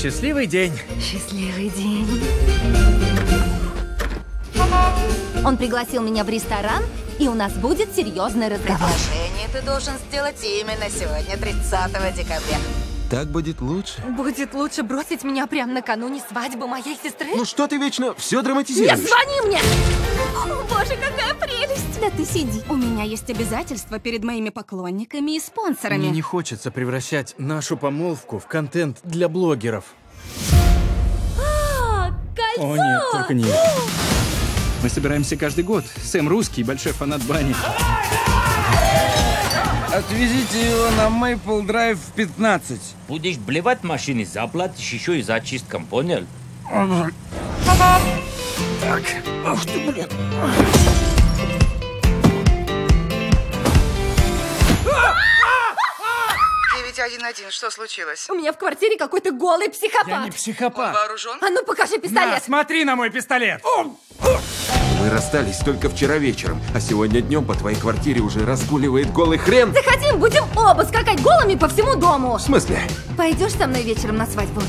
Счастливый день. Счастливый день. Он пригласил меня в ресторан, и у нас будет серьезный разговор. Приглашение ты должен сделать именно сегодня, 30 декабря. Так будет лучше. Будет лучше бросить меня прямо накануне свадьбы моей сестры? Ну что ты вечно все Не драматизируешь? звони мне! О, боже, какая прелесть! Да ты сиди. У меня есть обязательства перед моими поклонниками и спонсорами. Мне не хочется превращать нашу помолвку в контент для блогеров. Кольцо! О нет, только не. Мы собираемся каждый год. Сэм русский, большой фанат бани. Отвезите его на Мейпл Драйв в 15. Будешь блевать в машине, заплатишь еще и за очистком, понял? Так, ах ты, блин. 911, что случилось? У меня в квартире какой-то голый психопат. Я не психопат. Вооружен? А ну покажи пистолет. Смотри на мой пистолет. Мы расстались только вчера вечером, а сегодня днем по твоей квартире уже разгуливает голый хрен. Захотим, будем оба скакать голыми по всему дому. В смысле? Пойдешь со мной вечером на свадьбу?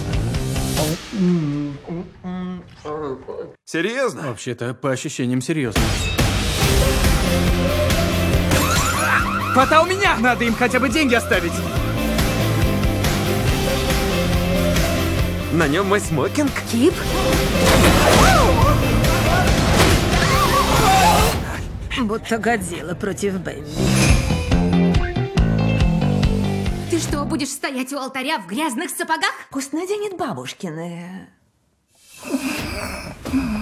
Серьезно? Вообще-то, по ощущениям, серьезно. Кота у меня! Надо им хотя бы деньги оставить. На нем мой смокинг. Кип? Будто Годзилла против Бэмби. Ты что, будешь стоять у алтаря в грязных сапогах? Пусть наденет бабушкины.